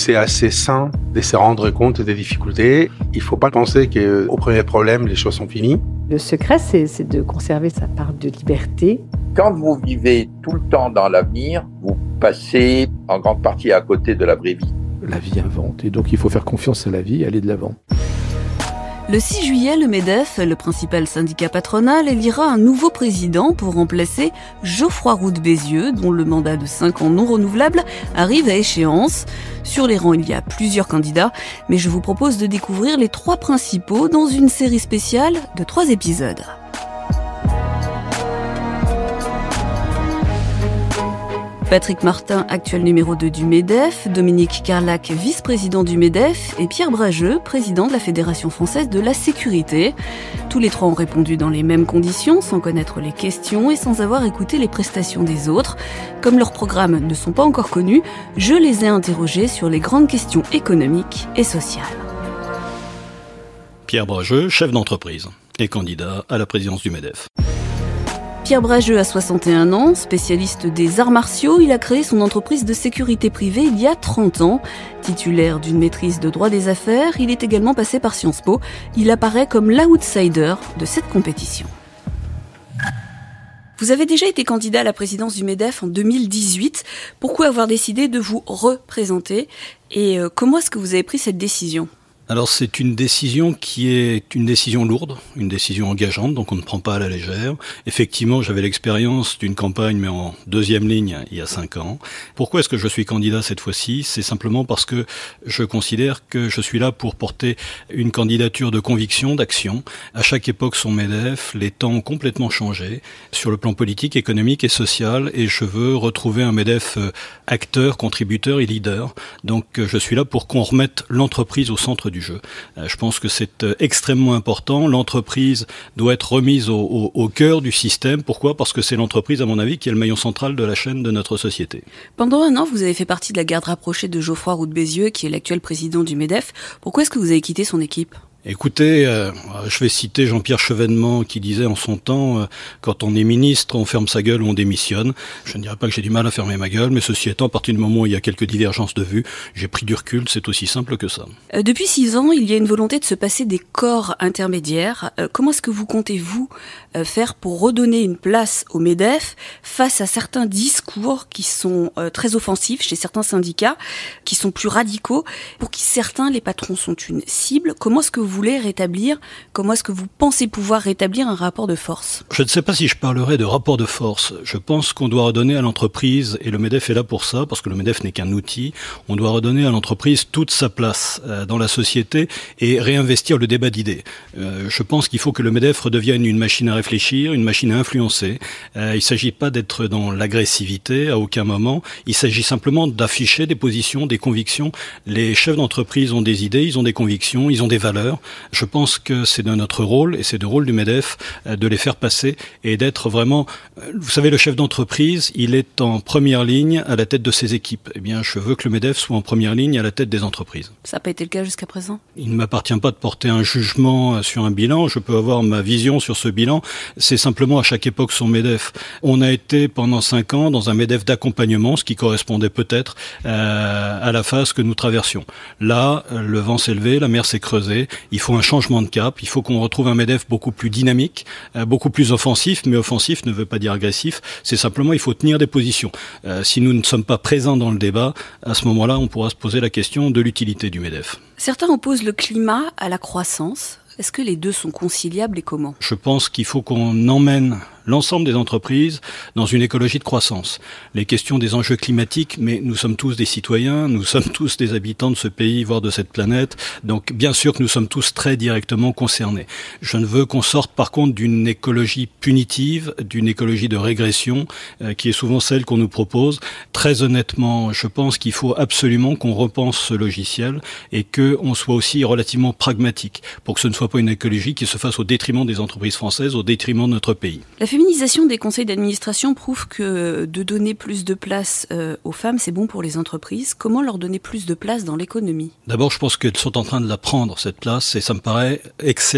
C'est assez sain de se rendre compte des difficultés. Il ne faut pas penser qu'au premier problème, les choses sont finies. Le secret, c'est de conserver sa part de liberté. Quand vous vivez tout le temps dans l'avenir, vous passez en grande partie à côté de la vraie vie. La vie invente, et donc il faut faire confiance à la vie et aller de l'avant. Le 6 juillet, le MEDEF, le principal syndicat patronal, élira un nouveau président pour remplacer Geoffroy Roux de Bézieux, dont le mandat de 5 ans non renouvelable arrive à échéance. Sur les rangs, il y a plusieurs candidats, mais je vous propose de découvrir les 3 principaux dans une série spéciale de 3 épisodes. Patrick Martin, actuel numéro 2 du MEDEF, Dominique Carlac, vice-président du MEDEF, et Pierre Brageux, président de la Fédération française de la sécurité. Tous les 3 ont répondu dans les mêmes conditions, sans connaître les questions et sans avoir écouté les prestations des autres. Comme leurs programmes ne sont pas encore connus, je les ai interrogés sur les grandes questions économiques et sociales. Pierre Brageux, chef d'entreprise et candidat à la présidence du MEDEF. Pierre Brageux a 61 ans, spécialiste des arts martiaux, il a créé son entreprise de sécurité privée il y a 30 ans. Titulaire d'une maîtrise de droit des affaires, il est également passé par Sciences Po. Il apparaît comme l'outsider de cette compétition. Vous avez déjà été candidat à la présidence du MEDEF en 2018. Pourquoi avoir décidé de vous représenter et comment est-ce que vous avez pris cette décision ? Alors c'est une décision qui est une décision lourde, une décision engageante, donc on ne prend pas à la légère. Effectivement, j'avais l'expérience d'une campagne, mais en deuxième ligne, il y a 5 ans. Pourquoi est-ce que je suis candidat cette fois-ci ? C'est simplement parce que je considère que je suis là pour porter une candidature de conviction, d'action. À chaque époque, son MEDEF, les temps ont complètement changé sur le plan politique, économique et social, et je veux retrouver un MEDEF acteur, contributeur et leader. Donc je suis là pour qu'on remette l'entreprise au centre du jeu. Je pense que c'est extrêmement important. L'entreprise doit être remise au cœur du système. Pourquoi ? Parce que c'est l'entreprise, à mon avis, qui est le maillon central de la chaîne de notre société. Pendant un an, vous avez fait partie de la garde rapprochée de Geoffroy Roux de Bézieux, qui est l'actuel président du MEDEF. Pourquoi est-ce que vous avez quitté son équipe ? Écoutez, je vais citer Jean-Pierre Chevènement qui disait en son temps, quand on est ministre, on ferme sa gueule ou on démissionne. Je ne dirais pas que j'ai du mal à fermer ma gueule, mais ceci étant, à partir du moment où il y a quelques divergences de vues, j'ai pris du recul, c'est aussi simple que ça. Depuis 6 ans, il y a une volonté de se passer des corps intermédiaires. Comment est-ce que vous comptez-vous faire pour redonner une place au MEDEF face à certains discours qui sont très offensifs chez certains syndicats, qui sont plus radicaux, pour qui certains, les patrons, sont une cible. Comment est-ce que vous voulez rétablir, comment est-ce que vous pensez pouvoir rétablir un rapport de force ? Je ne sais pas si je parlerai de rapport de force. Je pense qu'on doit redonner à l'entreprise, et le MEDEF est là pour ça, parce que le MEDEF n'est qu'un outil, on doit redonner à l'entreprise toute sa place dans la société et réinvestir le débat d'idées. Je pense qu'il faut que le MEDEF redevienne une machine à réfléchir, une machine à influencer. Il ne s'agit pas d'être dans l'agressivité à aucun moment, il s'agit simplement d'afficher des positions, des convictions. Les chefs d'entreprise ont des idées, ils ont des convictions, ils ont des valeurs. Je pense que c'est de notre rôle, et c'est le rôle du MEDEF, de les faire passer et d'être vraiment... Vous savez, le chef d'entreprise, il est en première ligne à la tête de ses équipes. Eh bien, je veux que le MEDEF soit en première ligne à la tête des entreprises. Ça n'a pas été le cas jusqu'à présent ? Il ne m'appartient pas de porter un jugement sur un bilan. Je peux avoir ma vision sur ce bilan. C'est simplement à chaque époque son MEDEF. On a été pendant 5 ans dans un MEDEF d'accompagnement, ce qui correspondait peut-être à la phase que nous traversions. Là, le vent s'est levé, la mer s'est creusée. Il faut un changement de cap, il faut qu'on retrouve un MEDEF beaucoup plus dynamique, beaucoup plus offensif, mais offensif ne veut pas dire agressif, c'est simplement il faut tenir des positions. Si nous ne sommes pas présents dans le débat, à ce moment-là, on pourra se poser la question de l'utilité du MEDEF. Certains opposent le climat à la croissance. Est-ce que les deux sont conciliables et comment ? Je pense qu'il faut qu'on emmène l'ensemble des entreprises dans une écologie de croissance. Les questions des enjeux climatiques, mais nous sommes tous des citoyens, nous sommes tous des habitants de ce pays, voire de cette planète, donc bien sûr que nous sommes tous très directement concernés. Je ne veux qu'on sorte par contre d'une écologie punitive, d'une écologie de régression, qui est souvent celle qu'on nous propose. Très honnêtement, je pense qu'il faut absolument qu'on repense ce logiciel et qu'on soit aussi relativement pragmatique, pour que ce ne soit pas une écologie qui se fasse au détriment des entreprises françaises, au détriment de notre pays. La féminisation des conseils d'administration prouve que de donner plus de place aux femmes, c'est bon pour les entreprises. Comment leur donner plus de place dans l'économie ? D'abord, je pense qu'elles sont en train de la prendre, cette place, et ça me paraît excellent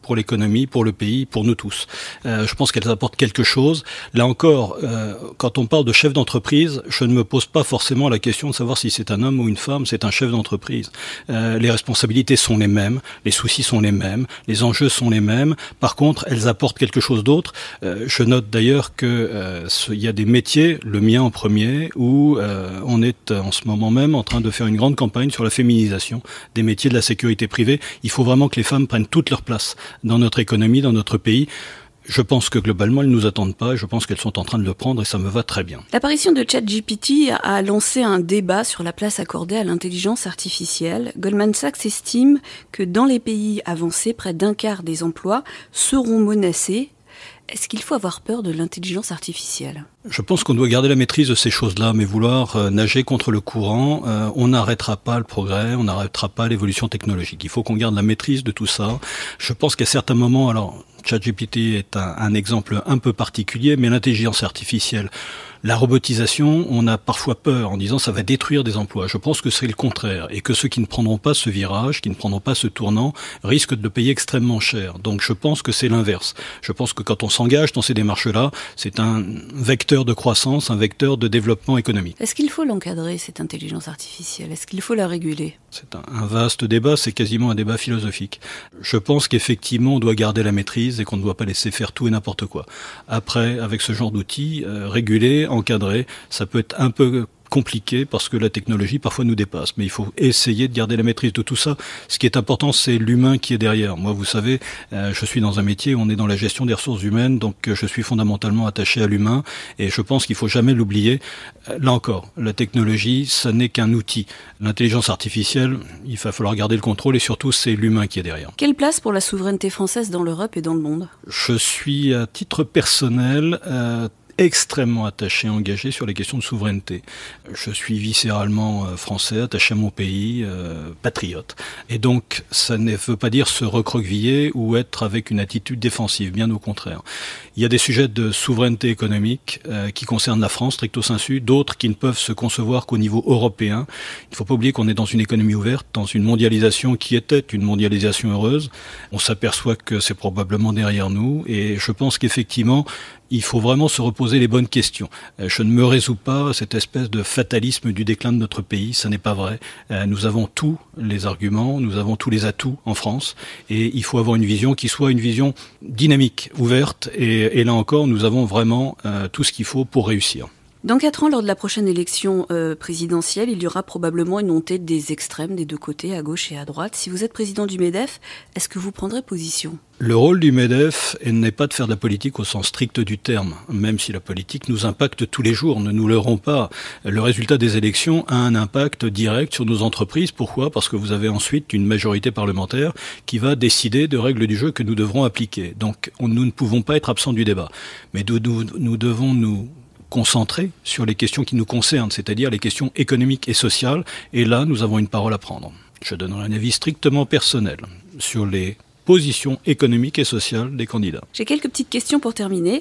pour l'économie, pour le pays, pour nous tous. Je pense qu'elles apportent quelque chose. Là encore, quand on parle de chef d'entreprise, je ne me pose pas forcément la question de savoir si c'est un homme ou une femme, c'est un chef d'entreprise. Les responsabilités sont les mêmes, les soucis sont les mêmes, les enjeux sont les mêmes. Par contre, elles apportent quelque chose d'autre. Je note d'ailleurs que il y a des métiers, le mien en premier, où on est en ce moment même en train de faire une grande campagne sur la féminisation des métiers de la sécurité privée. Il faut vraiment que les femmes prennent toute leur place dans notre économie, dans notre pays. Je pense que globalement, elles ne nous attendent pas et je pense qu'elles sont en train de le prendre et ça me va très bien. L'apparition de ChatGPT a lancé un débat sur la place accordée à l'intelligence artificielle. Goldman Sachs estime que dans les pays avancés, près d'un quart des emplois seront menacés. Est-ce qu'il faut avoir peur de l'intelligence artificielle ? Je pense qu'on doit garder la maîtrise de ces choses-là, mais vouloir nager contre le courant, on n'arrêtera pas le progrès, on n'arrêtera pas l'évolution technologique. Il faut qu'on garde la maîtrise de tout ça. Je pense qu'à certains moments, alors ChatGPT est un exemple un peu particulier, mais l'intelligence artificielle, la robotisation, on a parfois peur en disant ça va détruire des emplois. Je pense que c'est le contraire et que ceux qui ne prendront pas ce virage, qui ne prendront pas ce tournant, risquent de le payer extrêmement cher. Donc je pense que c'est l'inverse. Je pense que quand on s'engage dans ces démarches-là, c'est un vecteur de croissance, un vecteur de développement économique. Est-ce qu'il faut l'encadrer, cette intelligence artificielle ? Est-ce qu'il faut la réguler ? C'est un vaste débat, c'est quasiment un débat philosophique. Je pense qu'effectivement, on doit garder la maîtrise et qu'on ne doit pas laisser faire tout et n'importe quoi. Après, avec ce genre d'outils, réguler, encadrer, ça peut être un peu compliqué parce que la technologie parfois nous dépasse, mais il faut essayer de garder la maîtrise de tout ça. Ce qui est important, c'est l'humain qui est derrière. Moi, vous savez, je suis dans un métier où on est dans la gestion des ressources humaines, donc je suis fondamentalement attaché à l'humain et je pense qu'il faut jamais l'oublier. Là encore, la technologie, ça n'est qu'un outil. L'intelligence artificielle, il va falloir garder le contrôle et surtout, c'est l'humain qui est derrière. Quelle place pour la souveraineté française dans l'Europe et dans le monde ? Je suis, à titre personnel, extrêmement attaché, engagé sur les questions de souveraineté. Je suis viscéralement français, attaché à mon pays, patriote. Et donc, ça ne veut pas dire se recroqueviller ou être avec une attitude défensive, bien au contraire. Il y a des sujets de souveraineté économique qui concernent la France, stricto sensu, d'autres qui ne peuvent se concevoir qu'au niveau européen. Il ne faut pas oublier qu'on est dans une économie ouverte, dans une mondialisation qui était une mondialisation heureuse. On s'aperçoit que c'est probablement derrière nous et je pense qu'effectivement, il faut vraiment se reposer les bonnes questions. Je ne me résous pas à cette espèce de fatalisme du déclin de notre pays, ça n'est pas vrai. Nous avons tous les arguments, nous avons tous les atouts en France et il faut avoir une vision qui soit une vision dynamique, ouverte et là encore, nous avons vraiment tout ce qu'il faut pour réussir. Dans 4 ans, lors de la prochaine élection présidentielle, il y aura probablement une montée des extrêmes des deux côtés, à gauche et à droite. Si vous êtes président du MEDEF, est-ce que vous prendrez position ? Le rôle du MEDEF n'est pas de faire de la politique au sens strict du terme, même si la politique nous impacte tous les jours, ne nous leurrons pas. Le résultat des élections a un impact direct sur nos entreprises. Pourquoi ? Parce que vous avez ensuite une majorité parlementaire qui va décider de règles du jeu que nous devrons appliquer. Donc nous ne pouvons pas être absents du débat. Mais nous devons nous concentrer sur les questions qui nous concernent, c'est-à-dire les questions économiques et sociales. Et là, nous avons une parole à prendre. Je donnerai un avis strictement personnel sur les positions économiques et sociales des candidats. J'ai quelques petites questions pour terminer.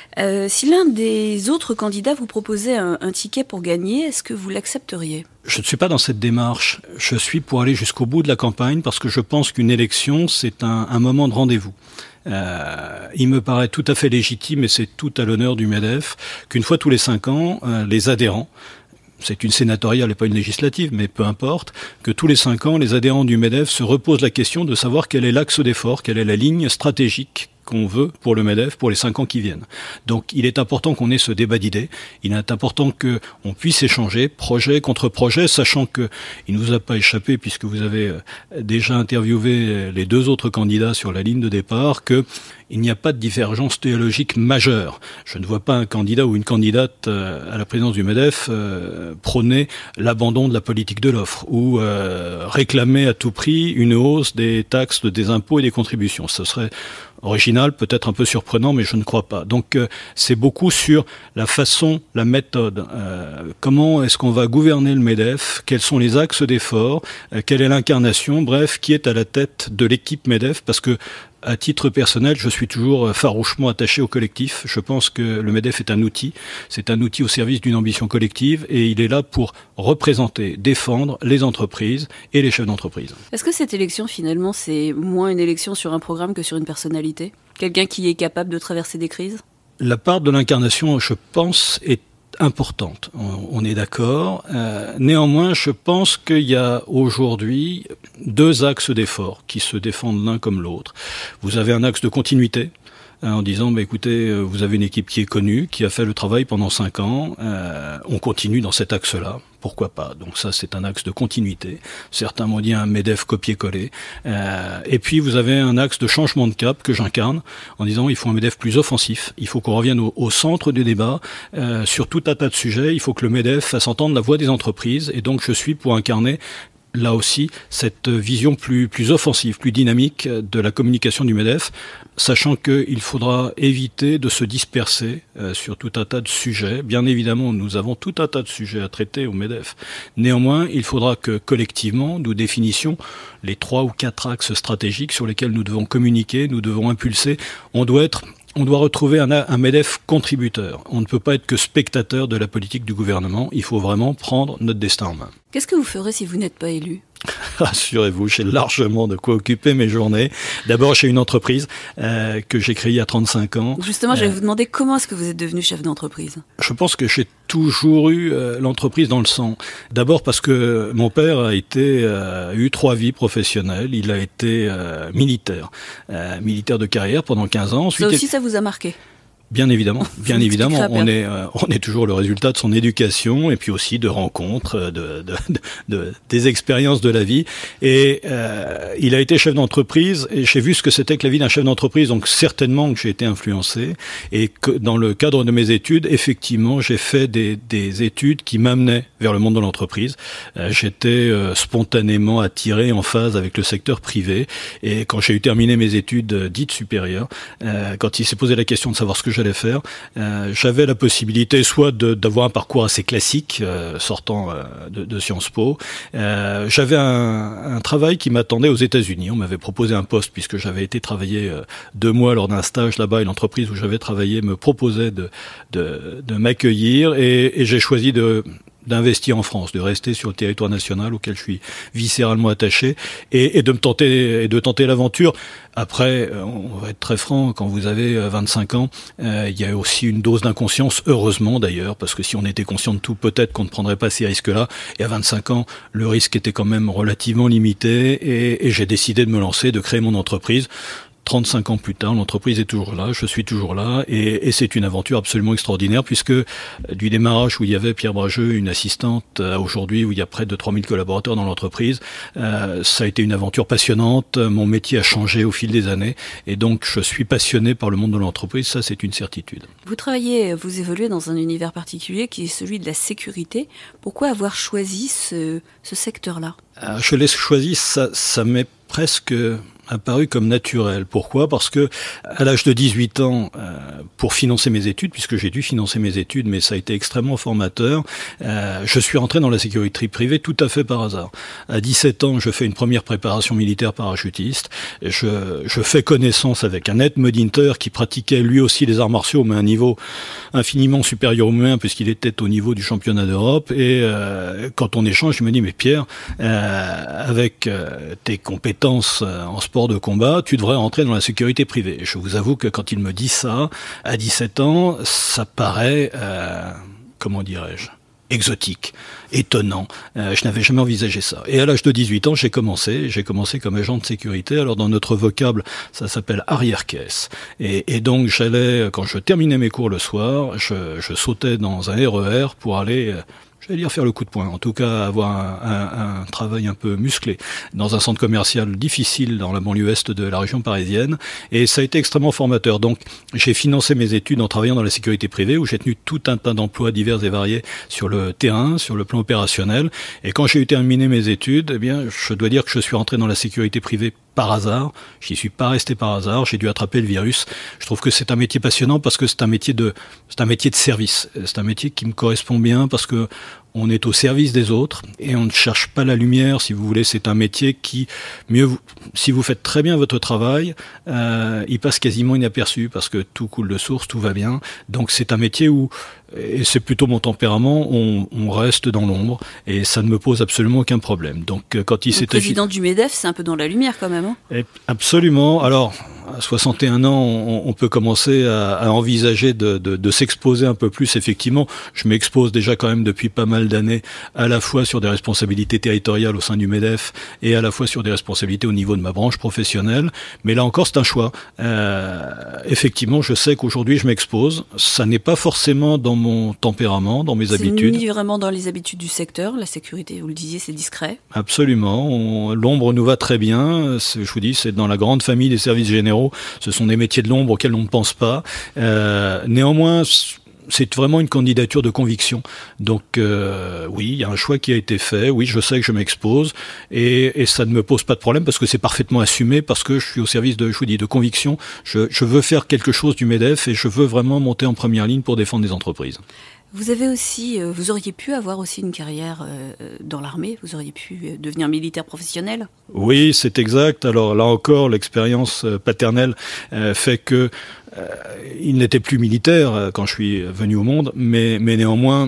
Si l'un des autres candidats vous proposait un ticket pour gagner, est-ce que vous l'accepteriez ? Je ne suis pas dans cette démarche. Je suis pour aller jusqu'au bout de la campagne parce que je pense qu'une élection, c'est un moment de rendez-vous. Il me paraît tout à fait légitime, et c'est tout à l'honneur du MEDEF, qu'une fois tous les 5 ans, les adhérents, c'est une sénatoriale et pas une législative, mais peu importe, que tous les 5 ans, les adhérents du MEDEF se reposent la question de savoir quel est l'axe d'effort, quelle est la ligne stratégique qu'on veut pour le MEDEF pour les 5 ans qui viennent. Donc il est important qu'on ait ce débat d'idées, il est important qu'on puisse échanger projet contre projet, sachant que il ne vous a pas échappé, puisque vous avez déjà interviewé les 2 autres candidats sur la ligne de départ, que il n'y a pas de divergence théologique majeure. Je ne vois pas un candidat ou une candidate à la présidence du MEDEF prôner l'abandon de la politique de l'offre ou réclamer à tout prix une hausse des taxes, des impôts et des contributions. Ce serait original, peut-être un peu surprenant, mais je ne crois pas. Donc c'est beaucoup sur la façon, la méthode. Comment est-ce qu'on va gouverner le MEDEF ? Quels sont les axes d'effort ? Quelle est l'incarnation ? Bref, qui est à la tête de l'équipe MEDEF ? Parce que À titre personnel, je suis toujours farouchement attaché au collectif. Je pense que le MEDEF est un outil. C'est un outil au service d'une ambition collective et il est là pour représenter, défendre les entreprises et les chefs d'entreprise. Est-ce que cette élection, finalement, c'est moins une élection sur un programme que sur une personnalité ? Quelqu'un qui est capable de traverser des crises ? La part de l'incarnation, je pense, est importante. On est d'accord. Néanmoins, je pense qu'il y a aujourd'hui 2 axes d'effort qui se défendent l'un comme l'autre. Vous avez un axe de continuité, en disant, écoutez, vous avez une équipe qui est connue, qui a fait le travail pendant 5 ans, on continue dans cet axe-là. Pourquoi pas? Donc ça, c'est un axe de continuité. Certains m'ont dit un MEDEF copier-coller. Et puis, vous avez un axe de changement de cap que j'incarne en disant il faut un MEDEF plus offensif. Il faut qu'on revienne au centre du débat sur tout un tas de sujets. Il faut que le MEDEF fasse entendre la voix des entreprises. Et donc, je suis pour incarner là aussi cette vision plus offensive, plus dynamique de la communication du MEDEF, sachant qu'il faudra éviter de se disperser sur tout un tas de sujets. Bien évidemment, nous avons tout un tas de sujets à traiter au MEDEF. Néanmoins, il faudra que collectivement, nous définissions les 3 ou 4 axes stratégiques sur lesquels nous devons communiquer, nous devons impulser. On doit retrouver un MEDEF contributeur. On ne peut pas être que spectateur de la politique du gouvernement. Il faut vraiment prendre notre destin en main. Qu'est-ce que vous ferez si vous n'êtes pas élu ? Rassurez-vous, j'ai largement de quoi occuper mes journées. D'abord, chez une entreprise que j'ai créée à 35 ans. Justement, je vais vous demander comment est-ce que vous êtes devenu chef d'entreprise ? Je pense que j'ai toujours eu l'entreprise dans le sang. D'abord parce que mon père a eu 3 vies professionnelles. Il a été militaire de carrière pendant 15 ans. Ensuite, ça aussi, ça vous a marqué ? Bien évidemment, on est toujours le résultat de son éducation et puis aussi de rencontres, des expériences de la vie. Et il a été chef d'entreprise et j'ai vu ce que c'était que la vie d'un chef d'entreprise, donc certainement que j'ai été influencé. Et que dans le cadre de mes études, effectivement, j'ai fait des études qui m'amenaient vers le monde de l'entreprise. J'étais spontanément attiré en phase avec le secteur privé. Et quand j'ai eu terminé mes études dites supérieures, quand il s'est posé la question de savoir ce que j'allais faire, j'avais la possibilité soit d'avoir un parcours assez classique sortant de Sciences Po. J'avais un travail qui m'attendait aux États-Unis. On m'avait proposé un poste puisque j'avais été travailler 2 mois lors d'un stage là-bas et l'entreprise où j'avais travaillé me proposait de m'accueillir et j'ai choisi d'investir en France, de rester sur le territoire national auquel je suis viscéralement attaché et de tenter l'aventure. Après, on va être très franc, quand vous avez 25 ans, il y a aussi une dose d'inconscience, heureusement d'ailleurs, parce que si on était conscient de tout, peut-être qu'on ne prendrait pas ces risques-là. Et à 25 ans, le risque était quand même relativement limité et j'ai décidé de me lancer, de créer mon entreprise. 35 ans plus tard, l'entreprise est toujours là, je suis toujours là, et c'est une aventure absolument extraordinaire, puisque du démarrage où il y avait Pierre Brageux, une assistante, à aujourd'hui où il y a près de 3000 collaborateurs dans l'entreprise, ça a été une aventure passionnante, mon métier a changé au fil des années, et donc je suis passionné par le monde de l'entreprise, ça c'est une certitude. Vous évoluez dans un univers particulier qui est celui de la sécurité. Pourquoi avoir choisi ce secteur-là ? Je l'ai choisi, ça m'est presque apparu comme naturel. Pourquoi ? Parce que à l'âge de 18 ans, pour financer mes études, puisque j'ai dû financer mes études, mais ça a été extrêmement formateur, je suis rentré dans la sécurité privée tout à fait par hasard. À 17 ans, je fais une première préparation militaire parachutiste. Je fais connaissance avec un Ed Modinter qui pratiquait lui aussi les arts martiaux, mais à un niveau infiniment supérieur au mien, puisqu'il était au niveau du championnat d'Europe. Et quand on échange, je me dis, mais Pierre, avec tes compétences en sport de combat, tu devrais rentrer dans la sécurité privée. Je vous avoue que quand il me dit ça, à 17 ans, ça paraît, exotique, étonnant. Je n'avais jamais envisagé ça. Et à l'âge de 18 ans, j'ai commencé comme agent de sécurité. Alors dans notre vocable, ça s'appelle arrière-caisse. Et donc quand je terminais mes cours le soir, je sautais dans un RER pour aller faire le coup de poing, en tout cas avoir un travail un peu musclé dans un centre commercial difficile dans la banlieue est de la région parisienne, et ça a été extrêmement formateur. Donc j'ai financé mes études en travaillant dans la sécurité privée, où j'ai tenu tout un tas d'emplois divers et variés sur le terrain, sur le plan opérationnel, et quand j'ai eu terminé mes études, je dois dire que je suis rentré dans la sécurité privée par hasard. J'y suis pas resté par hasard. J'ai dû attraper le virus. Je trouve que c'est un métier passionnant parce que c'est un métier de service. C'est un métier qui me correspond bien parce que on est au service des autres et on ne cherche pas la lumière, si vous voulez. C'est un métier qui, si vous faites très bien votre travail, il passe quasiment inaperçu parce que tout coule de source, tout va bien. Donc c'est un métier où, et c'est plutôt mon tempérament, on reste dans l'ombre et ça ne me pose absolument aucun problème. Donc quand il s'est agi... Président du MEDEF, c'est un peu dans la lumière quand même, hein ? Absolument. Alors, à 61 ans, on peut commencer à envisager de s'exposer un peu plus. Effectivement, je m'expose déjà quand même depuis pas mal d'années, à la fois sur des responsabilités territoriales au sein du MEDEF et à la fois sur des responsabilités au niveau de ma branche professionnelle. Mais là encore, c'est un choix. Effectivement, je sais qu'aujourd'hui, je m'expose. Ça n'est pas forcément dans mon tempérament, dans mes habitudes. C'est ni vraiment dans les habitudes du secteur. La sécurité, vous le disiez, c'est discret. Absolument. L'ombre nous va très bien. Je vous dis, c'est dans la grande famille des services généraux. Ce sont des métiers de l'ombre auxquels on ne pense pas. Néanmoins, c'est vraiment une candidature de conviction. Donc oui, il y a un choix qui a été fait. Oui, je sais que je m'expose et ça ne me pose pas de problème parce que c'est parfaitement assumé, parce que je suis au service de conviction. Je veux faire quelque chose du MEDEF et je veux vraiment monter en première ligne pour défendre des entreprises. Vous auriez pu avoir aussi une carrière dans l'armée, vous auriez pu devenir militaire professionnel ? Oui, c'est exact. Alors là encore, l'expérience paternelle fait que il n'était plus militaire quand je suis venu au monde, mais néanmoins,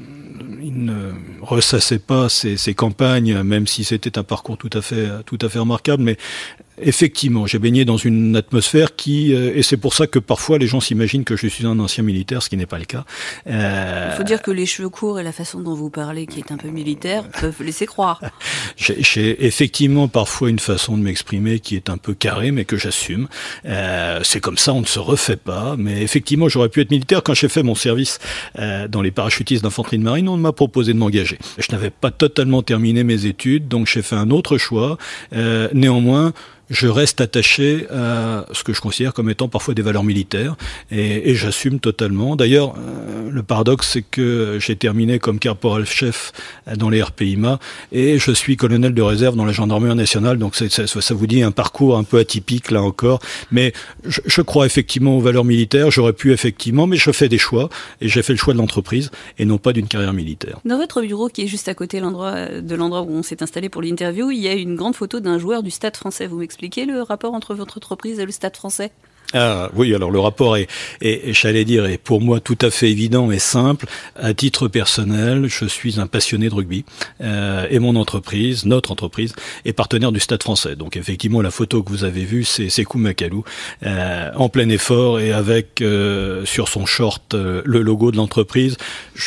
il ne ressassait pas ses campagnes, même si c'était un parcours tout à fait remarquable, mais effectivement, j'ai baigné dans une atmosphère et c'est pour ça que parfois les gens s'imaginent que je suis un ancien militaire, ce qui n'est pas le cas. Il faut dire que les cheveux courts et la façon dont vous parlez, qui est un peu militaire, peuvent laisser croire. J'ai effectivement parfois une façon de m'exprimer qui est un peu carrée, mais que j'assume. C'est comme ça, on ne se refait pas. Mais effectivement, j'aurais pu être militaire. Quand j'ai fait mon service dans les parachutistes d'infanterie de marine, on m'a proposé de m'engager. Je n'avais pas totalement terminé mes études, donc j'ai fait un autre choix. Néanmoins, je reste attaché à ce que je considère comme étant parfois des valeurs militaires et j'assume totalement. D'ailleurs, le paradoxe, c'est que j'ai terminé comme caporal-chef dans les RPIMA et je suis colonel de réserve dans la gendarmerie nationale, donc ça vous dit un parcours un peu atypique là encore. Mais je crois effectivement aux valeurs militaires, j'aurais pu effectivement, mais je fais des choix et j'ai fait le choix de l'entreprise et non pas d'une carrière militaire. Dans votre bureau qui est juste à côté de l'endroit où on s'est installé pour l'interview, il y a une grande photo d'un joueur du Stade français. Vous m'expliquez le rapport entre votre entreprise et le Stade français ? Ah, oui, alors le rapport est, j'allais dire, est pour moi tout à fait évident et simple. À titre personnel, je suis un passionné de rugby et notre entreprise, est partenaire du Stade français. Donc effectivement, la photo que vous avez vue, c'est Sékou Makalou en plein effort et avec sur son short le logo de l'entreprise.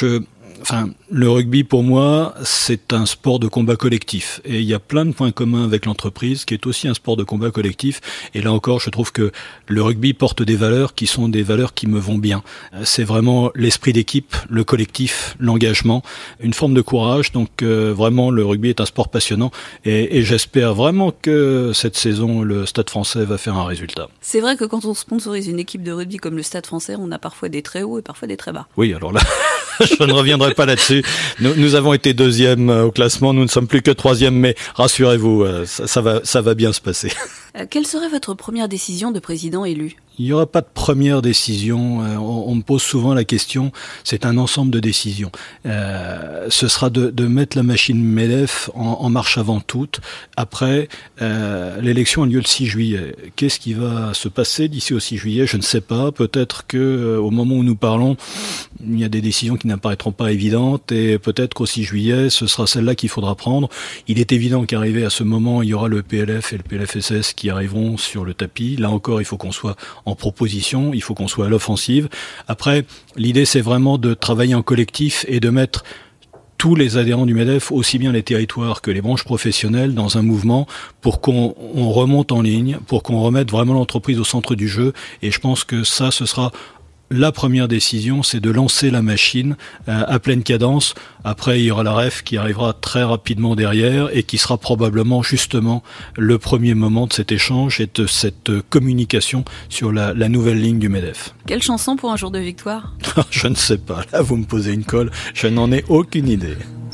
Le rugby, pour moi, c'est un sport de combat collectif. Et il y a plein de points communs avec l'entreprise, qui est aussi un sport de combat collectif. Et là encore, je trouve que le rugby porte des valeurs qui sont des valeurs qui me vont bien. C'est vraiment l'esprit d'équipe, le collectif, l'engagement, une forme de courage. Donc vraiment, le rugby est un sport passionnant. Et j'espère vraiment que cette saison, le Stade français va faire un résultat. C'est vrai que quand on sponsorise une équipe de rugby comme le Stade français, on a parfois des très hauts et parfois des très bas. Oui, alors là... Je ne reviendrai pas là-dessus. Nous avons été 2e au classement, nous ne sommes plus que 3e, mais rassurez-vous, ça va bien se passer. Quelle serait votre première décision de président élu ? Il n'y aura pas de première décision. On me pose souvent la question, c'est un ensemble de décisions. Ce sera de mettre la machine MEDEF en marche avant toute. Après, l'élection a lieu le 6 juillet. Qu'est-ce qui va se passer d'ici au 6 juillet ? Je ne sais pas. Peut-être que au moment où nous parlons, il y a des décisions qui n'apparaîtront pas évidentes et peut-être qu'au 6 juillet, ce sera celle-là qu'il faudra prendre. Il est évident qu'arrivé à ce moment, il y aura le PLF et le PLFSS qui arriveront sur le tapis. Là encore, il faut qu'on soit en proposition, il faut qu'on soit à l'offensive. Après, l'idée, c'est vraiment de travailler en collectif et de mettre tous les adhérents du MEDEF, aussi bien les territoires que les branches professionnelles, dans un mouvement pour qu'on remonte en ligne, pour qu'on remette vraiment l'entreprise au centre du jeu. Et je pense que ça, ce sera la première décision, c'est de lancer la machine à pleine cadence. Après, il y aura la REF qui arrivera très rapidement derrière et qui sera probablement justement le premier moment de cet échange et de cette communication sur la nouvelle ligne du MEDEF. Quelle chanson pour un jour de victoire ? Je ne sais pas. Là, vous me posez une colle. Je n'en ai aucune idée.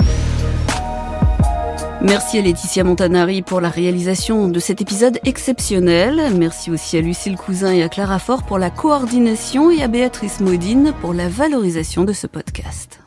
Merci à Laetitia Montanari pour la réalisation de cet épisode exceptionnel. Merci aussi à Lucille Cousin et à Clara Faure pour la coordination et à Béatrice Modine pour la valorisation de ce podcast.